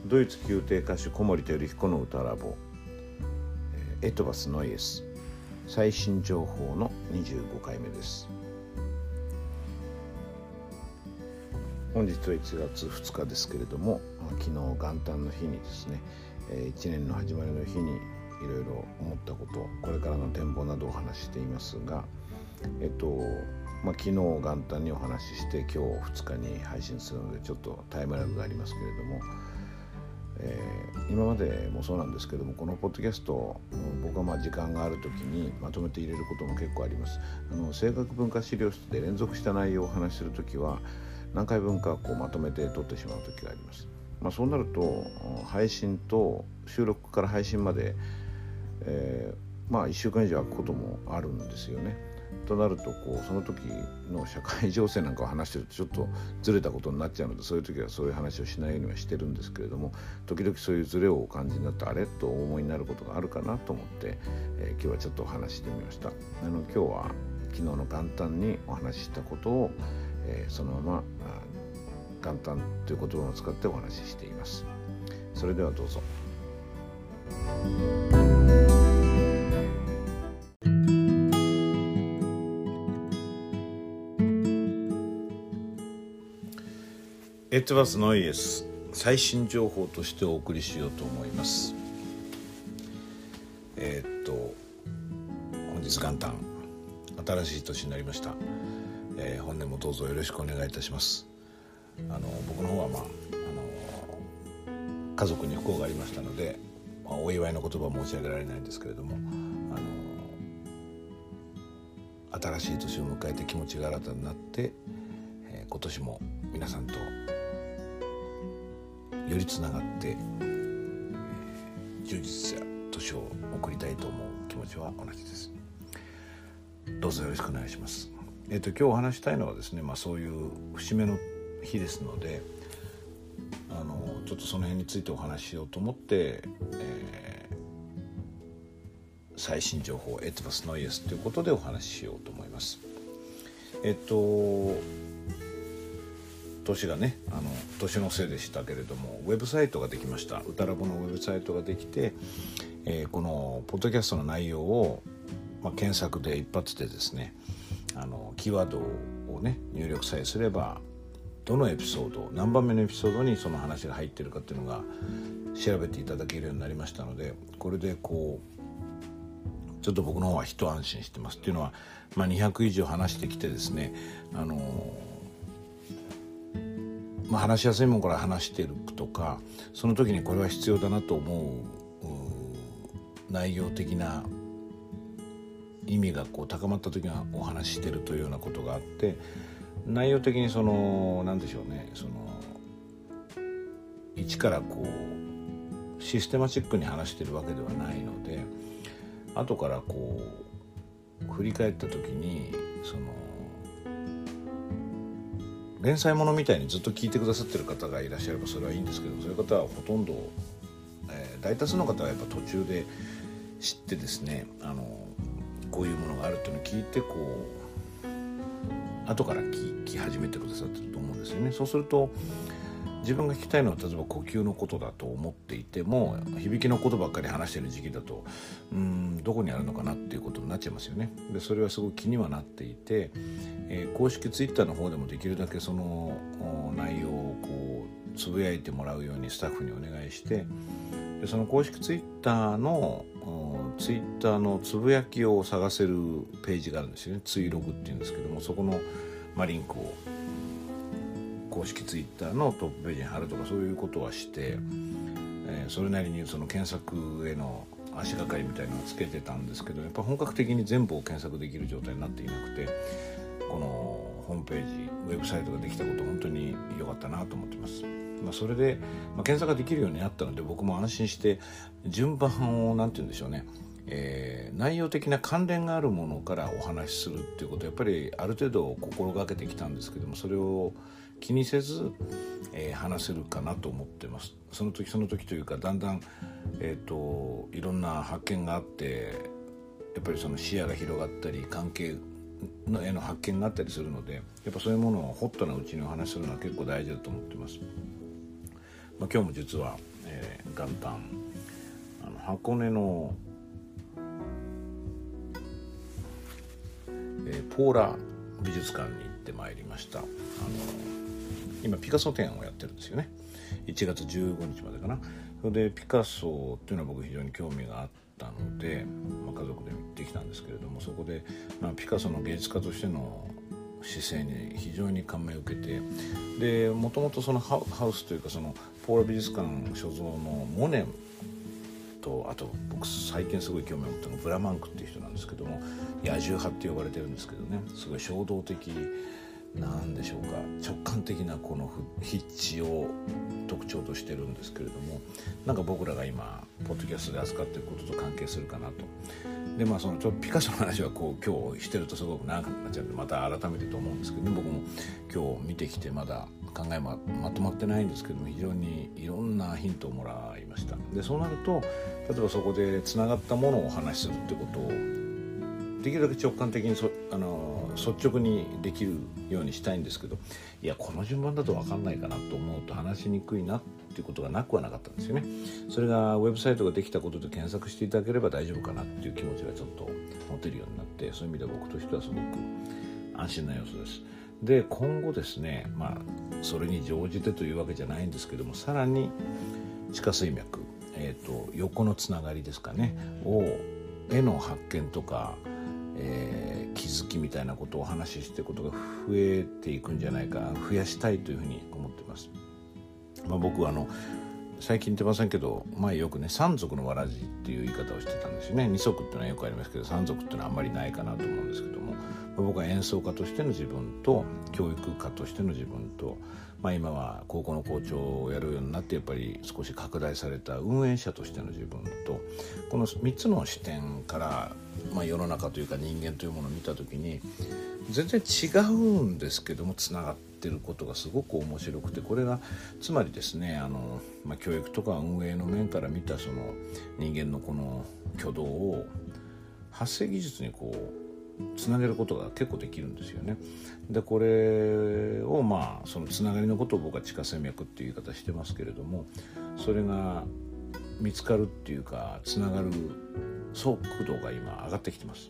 ドイツ宮廷歌手小森照彦の歌ラボ、エトバスノイエス最新情報の25回目です。本日は1月2日ですけれども、昨日元旦の日にですね、1年の始まりの日にいろいろ思ったこと、これからの展望などをお話ししていますが、昨日元旦にお話しして今日2日に配信するのでちょっとタイムラグがありますけれども、今までもそうなんですけども、このポッドキャスト僕は時間がある時にまとめて入れることも結構あります。声楽文化資料室で連続した内容をお話しするときは何回分かまとめて撮ってしまう時があります。そうなると配信と収録から配信まで、1週間以上空くこともあるんですよね。となるとその時の社会情勢なんかを話してるとちょっとずれたことになっちゃうので、そういう時はそういう話をしないようにはしてるんですけれども、時々そういうずれをお感じになってあれとお思いになることがあるかなと思って、今日はちょっとお話ししてみました。今日は昨日の元旦にお話ししたことを、そのまま元旦という言葉を使ってお話ししています。それではどうぞ。エトバスノイエス最新情報としてお送りしようと思います。本日元旦、新しい年になりました。本年もどうぞよろしくお願いいたします。僕の方は家族に不幸がありましたので、お祝いの言葉申し上げられないんですけれども、新しい年を迎えて気持ちが新たになって、今年も皆さんとよりつながって、充実した年を送りたいと思う気持ちは同じです。どうぞよろしくお願いします。今日お話したいのはですね、そういう節目の日ですので、ちょっとその辺についてお話ししようと思って、最新情報エトバスノイエスということでお話ししようと思います。年がね、年のせいでしたけれども、ウェブサイトができました。歌ラボのウェブサイトができて、このポッドキャストの内容を、検索で一発でですね、キーワードをね入力さえすれば、どのエピソード、何番目のエピソードにその話が入っているかっていうのが調べていただけるようになりましたので、これでちょっと僕の方は一安心してます。っていうのは、200以上話してきてですね、話しやすいものから話しているとか、その時にこれは必要だなと思う内容的な意味が高まった時にお話ししているというようなことがあって、内容的に何でしょうね、一からシステマチックに話しているわけではないので、後から振り返った時に連載ものみたいにずっと聞いてくださってる方がいらっしゃればそれはいいんですけども、そういう方はほとんど、大多数の方はやっぱ途中で知ってですね、こういうものがあるっていうのを聞いて後から聞き始めてくださってると思うんですよね。そうすると自分が聞きたいのは例えば呼吸のことだと思っていても、響きのことばっかり話している時期だとどこにあるのかなっていうことになっちゃいますよね。でそれはすごく気にはなっていて、公式ツイッターの方でもできるだけその内容をつぶやいてもらうようにスタッフにお願いして、でその公式ツイッターのつぶやきを探せるページがあるんですよね。ツイログっていうんですけども、そこの、リンクを公式ツイッターのトップページに貼るとか、そういうことはして、それなりにその検索への足がかりみたいなのをつけてたんですけど、やっぱ本格的に全部を検索できる状態になっていなくて、このホームページウェブサイトができたこと本当に良かったなと思ってます。それで、検索ができるようになったので、僕も安心して順番をなんて言うんでしょうね、内容的な関連があるものからお話しするっていうことをやっぱりある程度心がけてきたんですけども、それを気にせず、話せるかなと思ってます。その時その時というか、だんだん、いろんな発見があって、やっぱりその視野が広がったり関係への発見があったりするので、やっぱそういうものをホットなうちにお話しするのは結構大事だと思ってます。今日も実は元旦箱根の、ポーラ美術館に行ってまいりました。今ピカソ展をやってるんですよね。1月15日までかな。それでピカソっていうのは僕非常に興味があったので、家族で行ってきたんですけれども、そこで、ピカソの芸術家としての姿勢に非常に感銘を受けて、でもともとそのハウスというかそのポーラ美術館所蔵のモネと、あと僕最近すごい興味を持ったのがブラマンクっていう人なんですけども、野獣派って呼ばれてるんですけどね、すごい衝動的なんでしょうか、直感的なこの筆致を特徴としてるんですけれども、なんか僕らが今ポッドキャストで扱っていることと関係するかなと。でそのピカソの話は今日してるとすごく長くなっちゃうので、また改めてと思うんですけど、僕も今日見てきてまだ考え まとまってないんですけども、非常にいろんなヒントをもらいました。でそうなると、例えばそこでつながったものをお話しするってことをできるだけ直感的に率直にできるようにしたいんですけど、いやこの順番だと分かんないかなと思うと話しにくいなっていうことがなくはなかったんですよね。それがウェブサイトができたことで検索していただければ大丈夫かなっていう気持ちがちょっと持てるようになって、そういう意味では僕としてはすごく安心な要素です。で今後ですね、それに乗じてというわけじゃないんですけども、さらに地下水脈、横のつながりですかねへの発見とか、気づきみたいなことをお話ししていくことが増えていくんじゃないか、増やしたいというふうに思っています。僕は最近言ってませんけど、前よくね三足のわらじっていう言い方をしてたんですよね。二足っていうのはよくありますけど、三足っていうのはあんまりないかなと思うんですけども、僕は演奏家としての自分と教育家としての自分と、今は高校の校長をやるようになってやっぱり少し拡大された運営者としての自分と、この3つの視点から、世の中というか人間というものを見た時に全然違うんですけどもつながってることがすごく面白くて、これがつまりですね、教育とか運営の面から見たその人間のこの挙動を発声技術につなげることが結構できるんですよね。でこれをそのつながりのことを僕は地下水脈っていう言い方してますけれども、それが見つかるっていうかつながる速度が今上がってきてます。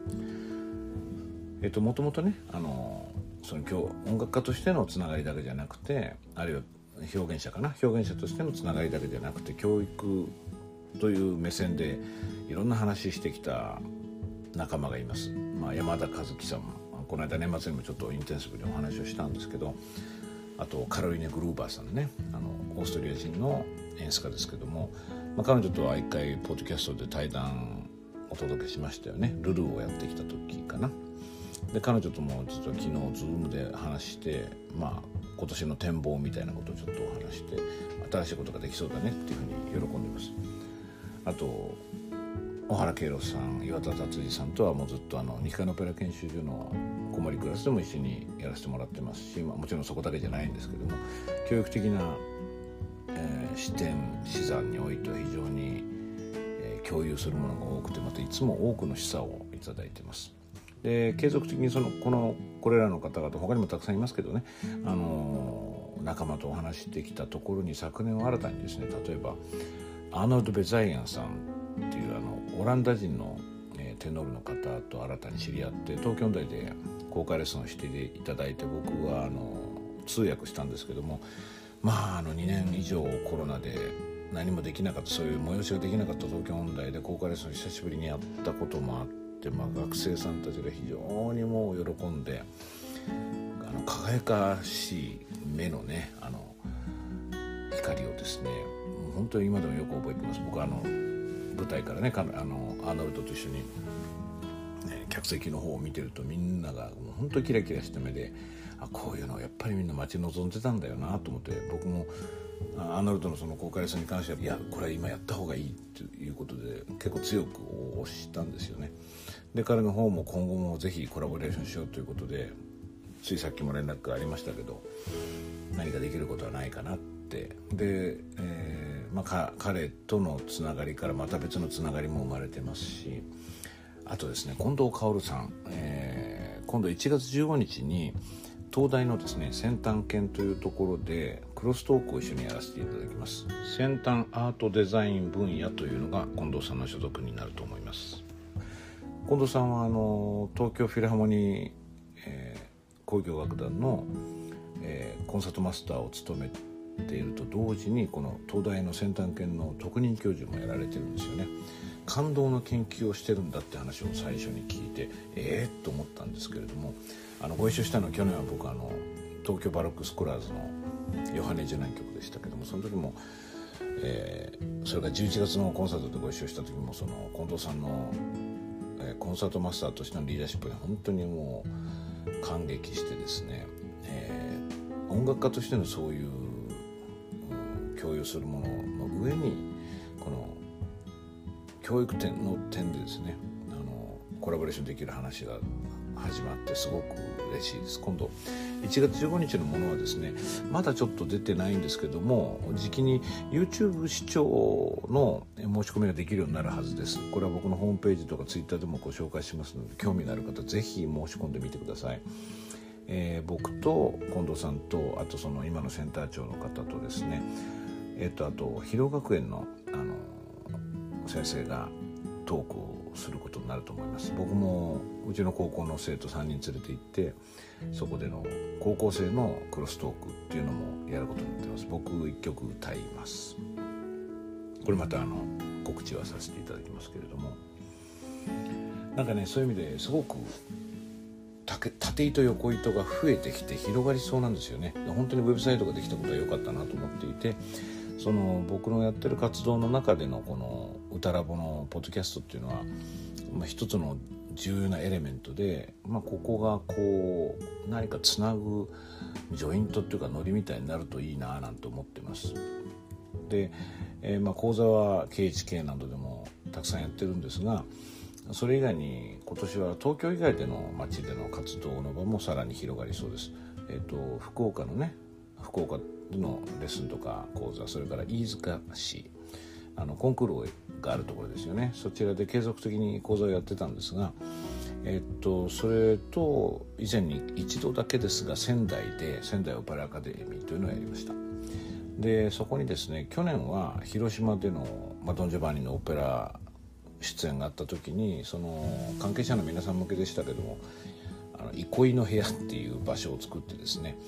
もともとねその音楽家としてのつながりだけじゃなくて、あるいは表現者としてのつながりだけじゃなくて、教育という目線でいろんな話してきた仲間がいます。山田和樹さんもこの間年末にもちょっとインテンシブにお話をしたんですけど、あとカロリネ・グルーバーさんね、オーストリア人の演出家ですけども、彼女とは一回ポッドキャストで対談お届けしましたよね。ルルをやってきた時かな。で彼女とも実は昨日Zoomで話して、今年の展望みたいなことをちょっとお話して、新しいことができそうだねっていうふうに喜んでいます。あと小原圭郎さん、岩田達治さんとはもうずっと日韓オペラ研修所のこもりクラスでも一緒にやらせてもらってますし、もちろんそこだけじゃないんですけども、教育的な、視点視座においては非常に、共有するものが多くて、またいつも多くの示唆をいただいています。で継続的にこれらの方々他にもたくさんいますけどね、仲間とお話してきたところに昨年は新たにですね、例えばアーノルド・ベザイアンさんっていうオランダ人の、テノールの方と新たに知り合って、東京音大で公開レッスンをしていただいて、僕は通訳したんですけども、2年以上コロナで何もできなかった、そういう催しができなかった東京音大で公開レッスンを久しぶりにやったこともあって、学生さんたちが非常にもう喜んで、輝かしい目のね光をですね、本当に今でもよく覚えてます。僕は舞台からねアーノルドと一緒に、客席の方を見てると、みんながもう本当にキラキラした目で、こういうのをやっぱりみんな待ち望んでたんだよなと思って、僕もアーノルドのその公開レッスンに関しては、いやこれは今やった方がいいということで結構強く推したんですよね。で彼の方も今後もぜひコラボレーションしようということで、ついさっきも連絡がありましたけど、何かできることはないかなって。で、彼とのつながりからまた別のつながりも生まれてますし、あとですね、近藤薫さん、今度1月15日に東大のですね先端研というところでクロストークを一緒にやらせていただきます。先端アートデザイン分野というのが近藤さんの所属になると思います。近藤さんは東京フィルハーモニー、交響楽団の、コンサートマスターを務めていると同時にこの東大の先端研の特任教授もやられてるんですよね。感動の研究をしてるんだって話を最初に聞いてと思ったんですけれども、ご一緒したのは去年は僕東京バロックスコラーズのヨハネ受難曲でしたけども、その時も、それが11月のコンサートでご一緒した時もその近藤さんの、コンサートマスターとしてのリーダーシップに本当にもう感激してですね、音楽家としてのそういう、共有するものの上にこの教育点の点でですねコラボレーションできる話が始まってすごく嬉しいです。今度1月15日のものはですねまだちょっと出てないんですけども、時期に YouTube 視聴の申し込みができるようになるはずです。これは僕のホームページとか Twitter でもご紹介しますので、興味のある方ぜひ申し込んでみてください。僕と近藤さんとあとその今のセンター長の方とですね、あと広学園の先生がトークをすることになると思います。僕もうちの高校の生徒3人連れて行ってそこでの高校生のクロストークっていうのもやることになっています。僕1曲歌います。これまた告知はさせていただきますけれども、なんかねそういう意味ですごく縦糸横糸が増えてきて広がりそうなんですよね。本当にウェブサイトができたことは良かったなと思っていて、その僕のやってる活動の中でのこの歌ラボのポッドキャストっていうのは、一つの重要なエレメントで、ここがこう何かつなぐジョイントっていうかノリみたいになるといいななんて思ってます。で、講座は KHK などでもたくさんやってるんですが、それ以外に今年は東京以外での街での活動の場もさらに広がりそうです。福岡のレッスンとか講座、それから飯塚市コンクールがあるところですよね。そちらで継続的に講座をやってたんですが、それと以前に一度だけですが仙台オペラアカデミーというのをやりました。でそこにですね去年は広島での、ドン・ジョバンニのオペラ出演があった時にその関係者の皆さん向けでしたけども憩いの部屋っていう場所を作ってですね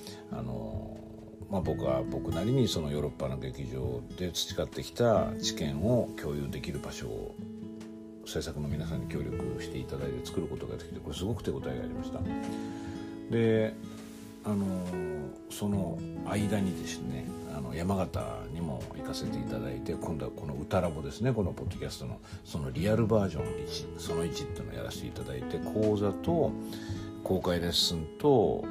僕なりにそのヨーロッパの劇場で培ってきた知見を共有できる場所を制作の皆さんに協力していただいて作ることができて、これすごく手応えがありました。でその間にですね山形にも行かせていただいて、今度はこの歌ラボですね、このポッドキャストのそのリアルバージョン1その1っていうのをやらせていただいて、講座と公開レッスンと、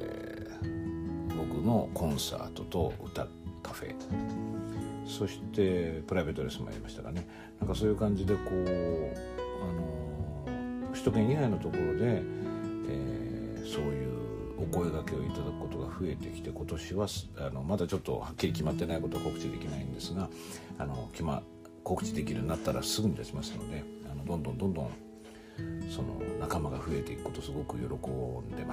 僕のコンサートと歌カフェ、そしてプライベートレッスンもやりましたがね、なんかそういう感じでこう首都圏以外のところで、そういうお声掛けをいただくことが増えてきて、今年はまだちょっとはっきり決まってないことは告知できないんですが告知できるようになったらすぐに出しますので、どんどんその仲間が増えていくことをすごく喜んでます。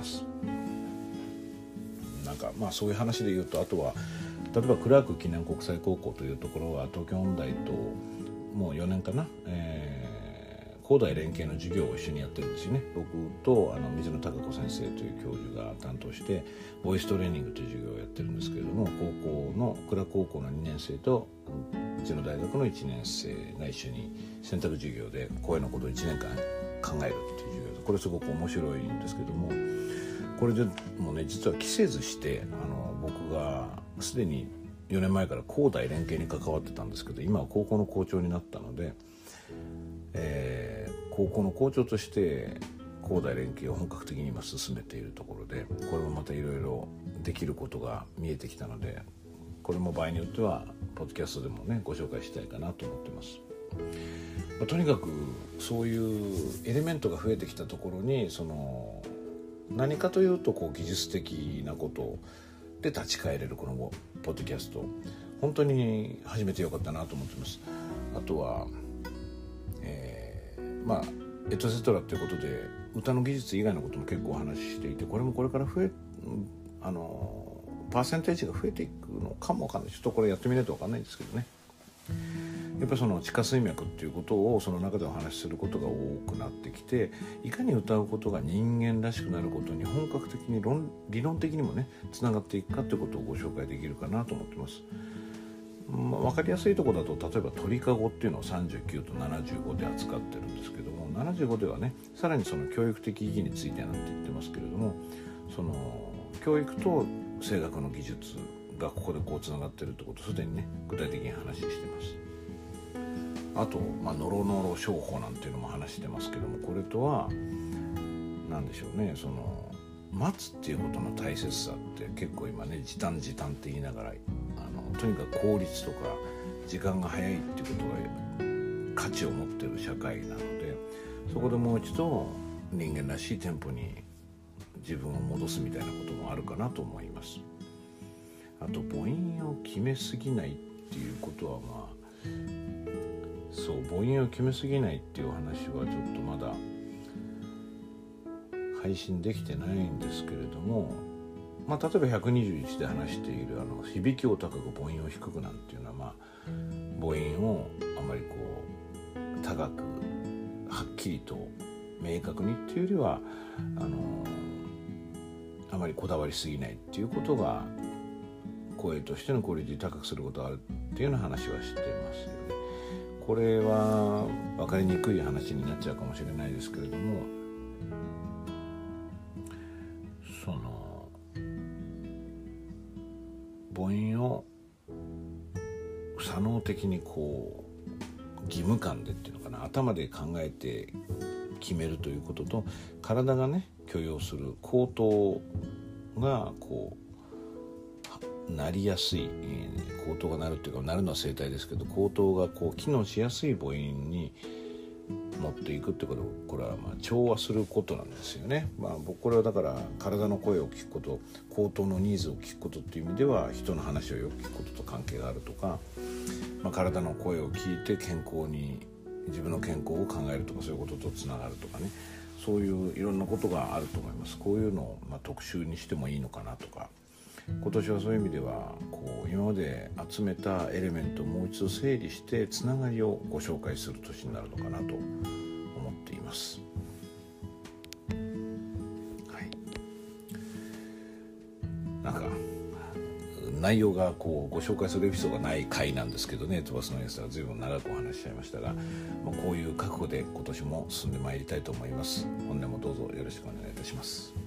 なんかそういう話で言うと、あとは例えばクラーク記念国際高校というところは東京音大ともう4年かな、高大連携の授業を一緒にやってるんですよね。僕と水野孝子先生という教授が担当してボイストレーニングという授業をやってるんですけれども、クラーク高校の2年生とうちの大学の1年生が一緒に選択授業で声のことを1年間考えるっていう授業で、これすごく面白いんですけども、これでもね実は期せずして僕がすでに4年前から高大連携に関わってたんですけど、今は高校の校長になったので、高校の校長として高大連携を本格的に今進めているところで、これもまたいろいろできることが見えてきたので、これも場合によってはポッドキャストでもねご紹介したいかなと思ってます。とにかくそういうエレメントが増えてきたところに何かというと技術的なことで立ち返れるこのポッドキャスト、本当に始めてよかったなと思ってます。あとはエトセトラということで歌の技術以外のことも結構お話ししていて、これもこれから増えパーセンテージが増えていくのかもわかんない。ちょっとこれやってみないとわかんないんですけどね。やっぱりその地下水脈っていうことをその中でお話しすることが多くなってきて、いかに歌うことが人間らしくなることに本格的に理論的にもねつながっていくかということをご紹介できるかなと思ってます。分かりやすいところだと、例えば鳥かごっていうのを39と75で扱ってるんですけども、75ではねさらにその教育的意義についてなんて言ってますけれども、その教育と声楽の技術がここでこうつながってるってことをすでにね具体的に話してます。あと、ノロノロ商法なんていうのも話してますけども、これとは何でしょうね、その待つっていうことの大切さって結構今ね時短って言いながらとにかく効率とか時間が早いっていうことが価値を持ってる社会なので、そこでもう一度人間らしいテンポに自分を戻すみたいなこともあるかなと思います。あと母音を決めすぎないっていうことはそう母音を決めすぎないっていう話はちょっとまだ配信できてないんですけれども、例えば121で話している響きを高く母音を低くなんていうのは、母音をあまりこう高くはっきりと明確にっていうよりはあまりこだわりすぎないっていうことが声としてのクオリティ高くすることがあるっていうような話はしてますよね。これは分かりにくい話になっちゃうかもしれないですけれども、その母音を作能的にこう義務感でっていうのかな、頭で考えて決めるということと、体がね許容する口頭がこうなりやすい、口頭がなるっていうか、なるのは声帯ですけど、口頭がこう機能しやすい母音に持っていくってこと、これは調和することなんですよね。僕これはだから体の声を聞くこと、口頭のニーズを聞くことっていう意味では人の話をよく聞くことと関係があるとか、体の声を聞いて自分の健康を考えるとか、そういうこととつながるとかね、そういういろんなことがあると思います。こういうのを特集にしてもいいのかなとか、今年はそういう意味では今まで集めたエレメントをもう一度整理してつながりをご紹介する年になるのかなと思っています。はい、なんか内容がご紹介するエピソードがない回なんですけどね、飛ばすのやつは随分長くお話しちゃいましたが、こういう覚悟で今年も進んでまいりたいと思います。本年もどうぞよろしくお願いいたします。